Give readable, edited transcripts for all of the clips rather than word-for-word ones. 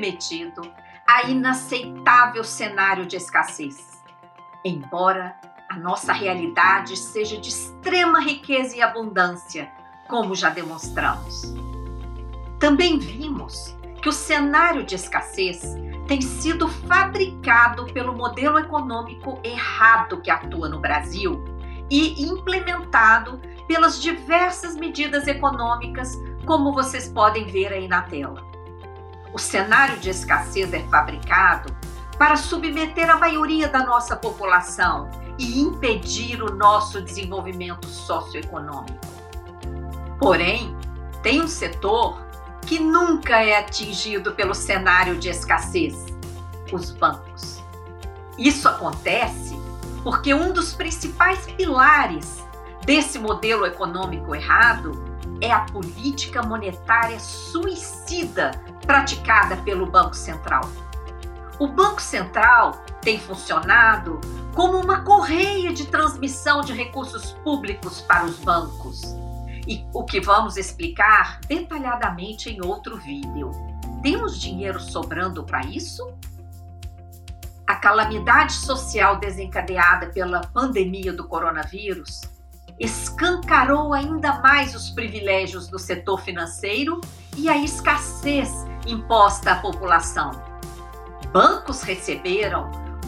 submetido a inaceitável cenário de escassez, embora a nossa realidade seja de extrema riqueza e abundância, como já demonstramos. Também vimos que o cenário de escassez tem sido fabricado pelo modelo econômico errado que atua no Brasil e implementado pelas diversas medidas econômicas, como vocês podem ver aí na tela. O cenário de escassez é fabricado para submeter a maioria da nossa população e impedir o nosso desenvolvimento socioeconômico. Porém, tem um setor que nunca é atingido pelo cenário de escassez: os bancos. Isso acontece porque um dos principais pilares desse modelo econômico errado é a política monetária suicida praticada pelo Banco Central. O Banco Central tem funcionado como uma correia de transmissão de recursos públicos para os bancos, e o que vamos explicar detalhadamente em outro vídeo. Temos dinheiro sobrando para isso? A calamidade social desencadeada pela pandemia do coronavírus escancarou ainda mais os privilégios do setor financeiro e a escassez imposta à população. Bancos receberam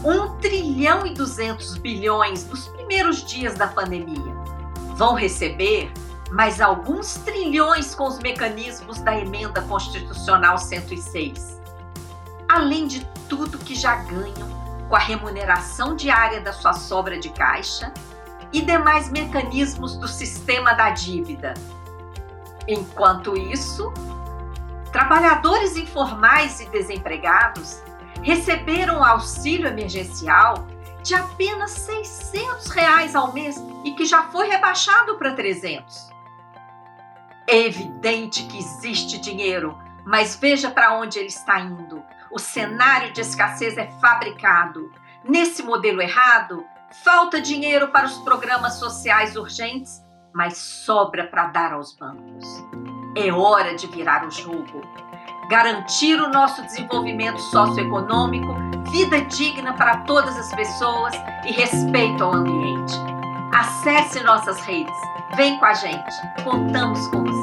1,2 trilhão nos primeiros dias da pandemia. Vão receber mais alguns trilhões com os mecanismos da Emenda Constitucional 106. Além de tudo que já ganham com a remuneração diária da sua sobra de caixa e demais mecanismos do sistema da dívida. Enquanto isso, trabalhadores informais e desempregados receberam auxílio emergencial de apenas R$ 600 ao mês e que já foi rebaixado para 300. É evidente que existe dinheiro, mas veja para onde ele está indo. O cenário de escassez é fabricado. Nesse modelo errado, falta dinheiro para os programas sociais urgentes, mas sobra para dar aos bancos. É hora de virar o jogo. Garantir o nosso desenvolvimento socioeconômico, vida digna para todas as pessoas e respeito ao ambiente. Acesse nossas redes. Vem com a gente. Contamos com você.